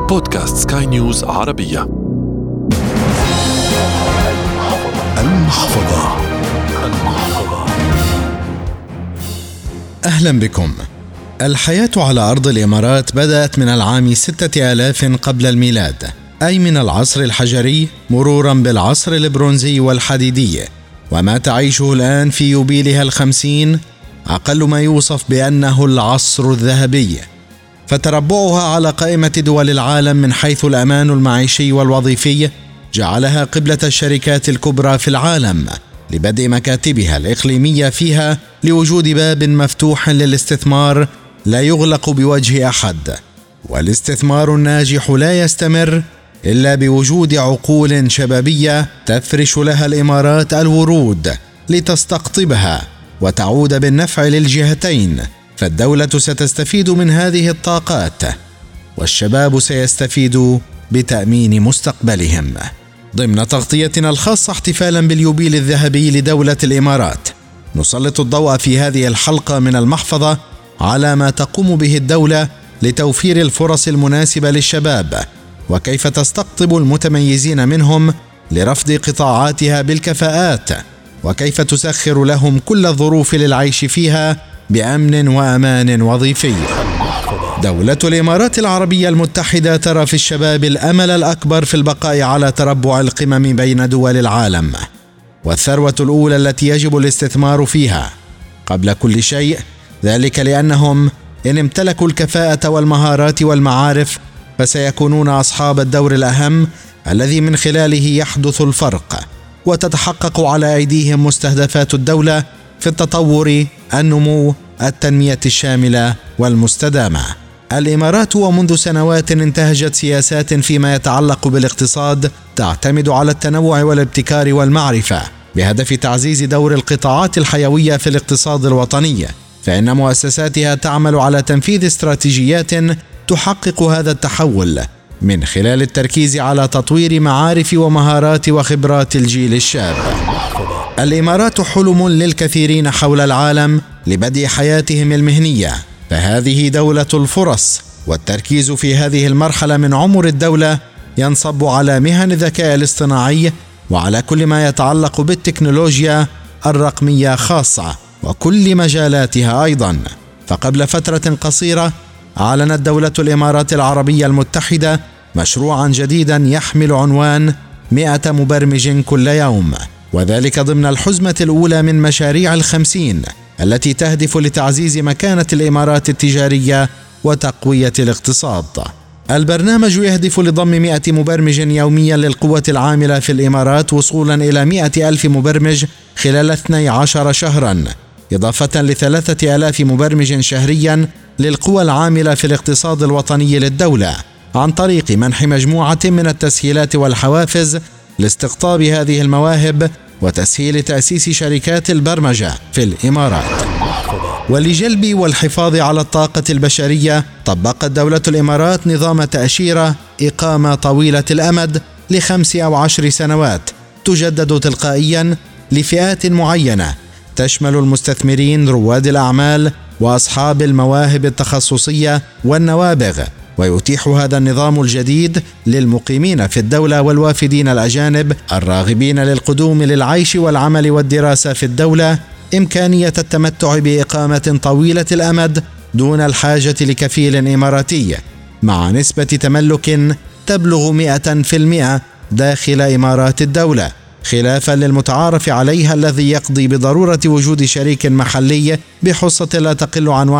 بودكاست سكاي نيوز عربية. المحفظة. أهلا بكم. الحياة على أرض الإمارات بدأت من العام 6000 قبل الميلاد، أي من العصر الحجري مرورا بالعصر البرونزي والحديدي، وما تعيشه الآن في يوبيلها 50 أقل ما يوصف بأنه العصر الذهبي. فتربعها على قائمة دول العالم من حيث الأمان المعيشي والوظيفي جعلها قبلة الشركات الكبرى في العالم لبدء مكاتبها الإقليمية فيها، لوجود باب مفتوح للاستثمار لا يغلق بوجه أحد. والاستثمار الناجح لا يستمر إلا بوجود عقول شبابية تفرش لها الإمارات الورود لتستقطبها وتعود بالنفع للجهتين، فالدولة ستستفيد من هذه الطاقات والشباب سيستفيد بتأمين مستقبلهم. ضمن تغطيتنا الخاصة احتفالا باليوبيل الذهبي لدولة الإمارات، نسلط الضوء في هذه الحلقة من المحفظة على ما تقوم به الدولة لتوفير الفرص المناسبة للشباب، وكيف تستقطب المتميزين منهم لرفض قطاعاتها بالكفاءات، وكيف تسخر لهم كل الظروف للعيش فيها بأمن وأمان وظيفي. دولة الإمارات العربية المتحدة ترى في الشباب الأمل الأكبر في البقاء على تربع القمم بين دول العالم، والثروة الأولى التي يجب الاستثمار فيها قبل كل شيء، ذلك لأنهم إن امتلكوا الكفاءة والمهارات والمعارف فسيكونون أصحاب الدور الأهم الذي من خلاله يحدث الفرق وتتحقق على أيديهم مستهدفات الدولة في التطور، النمو، التنمية الشاملة والمستدامة. الإمارات ومنذ سنوات انتهجت سياسات فيما يتعلق بالاقتصاد تعتمد على التنوع والابتكار والمعرفة بهدف تعزيز دور القطاعات الحيوية في الاقتصاد الوطني، فإن مؤسساتها تعمل على تنفيذ استراتيجيات تحقق هذا التحول من خلال التركيز على تطوير معارف ومهارات وخبرات الجيل الشاب. الإمارات حلم للكثيرين حول العالم لبدء حياتهم المهنية، فهذه دولة الفرص، والتركيز في هذه المرحلة من عمر الدولة ينصب على مهن الذكاء الاصطناعي وعلى كل ما يتعلق بالتكنولوجيا الرقمية خاصة وكل مجالاتها أيضا. فقبل فترة قصيرة أعلنت دولة الإمارات العربية المتحدة مشروعا جديدا يحمل عنوان 100 مبرمج كل يوم، وذلك ضمن الحزمة الأولى من مشاريع 50 التي تهدف لتعزيز مكانة الإمارات التجارية وتقوية الاقتصاد. البرنامج يهدف لضم 100 مبرمج يوميا للقوة العاملة في الإمارات وصولا إلى 100,000 مبرمج خلال 12 شهرا، إضافة ل3,000 مبرمج شهريا للقوى العاملة في الاقتصاد الوطني للدولة، عن طريق منح مجموعة من التسهيلات والحوافز لاستقطاب هذه المواهب وتسهيل تأسيس شركات البرمجة في الإمارات. ولجلب والحفاظ على الطاقة البشرية طبقت دولة الإمارات نظام تأشيرة إقامة طويلة الأمد ل5 أو 10 سنوات تجدد تلقائيا لفئات معينة تشمل المستثمرين، رواد الأعمال، وأصحاب المواهب التخصصية والنوابغ. ويتيح هذا النظام الجديد للمقيمين في الدولة والوافدين الأجانب الراغبين للقدوم للعيش والعمل والدراسة في الدولة إمكانية التمتع بإقامة طويلة الأمد دون الحاجة لكفيل إماراتي، مع نسبة تملك تبلغ 100% داخل إمارات الدولة، خلافا للمتعارف عليها الذي يقضي بضرورة وجود شريك محلي بحصة لا تقل عن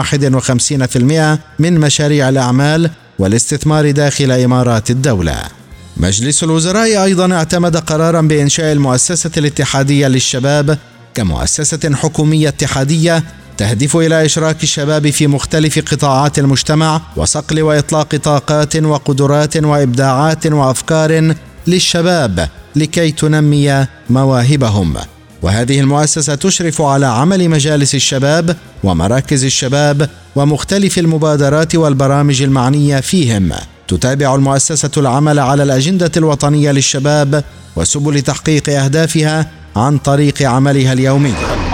51% من مشاريع الأعمال والاستثمار داخل إمارات الدولة. مجلس الوزراء أيضا اعتمد قرارا بإنشاء المؤسسة الاتحادية للشباب كمؤسسة حكومية اتحادية تهدف إلى إشراك الشباب في مختلف قطاعات المجتمع وصقل وإطلاق طاقات وقدرات وإبداعات وأفكار للشباب لكي تنمي مواهبهم. وهذه المؤسسة تشرف على عمل مجالس الشباب ومراكز الشباب ومختلف المبادرات والبرامج المعنية فيهم. تتابع المؤسسة العمل على الأجندة الوطنية للشباب وسبل تحقيق أهدافها عن طريق عملها اليومي.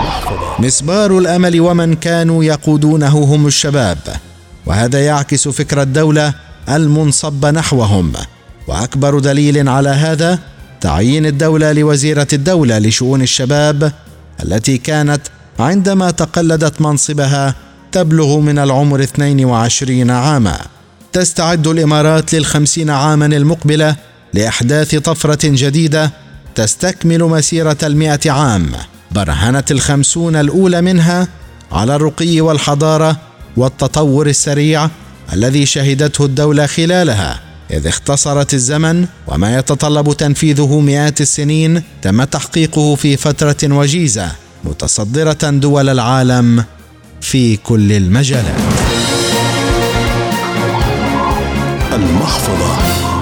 مسبار الأمل ومن كانوا يقودونه هم الشباب، وهذا يعكس فكر الدولة المنصب نحوهم. وأكبر دليل على هذا تعيين الدولة لوزيرة الدولة لشؤون الشباب، التي كانت عندما تقلدت منصبها تبلغ من العمر 22 عاما. تستعد الإمارات ل50 عاما المقبلة لإحداث طفرة جديدة تستكمل مسيرة 100 عام، برهنت 50 الأولى منها على الرقي والحضارة والتطور السريع الذي شهدته الدولة خلالها، إذ اختصرت الزمن وما يتطلب تنفيذه مئات السنين تم تحقيقه في فترة وجيزة، متصدرة دول العالم في كل المجالات. المحفظة.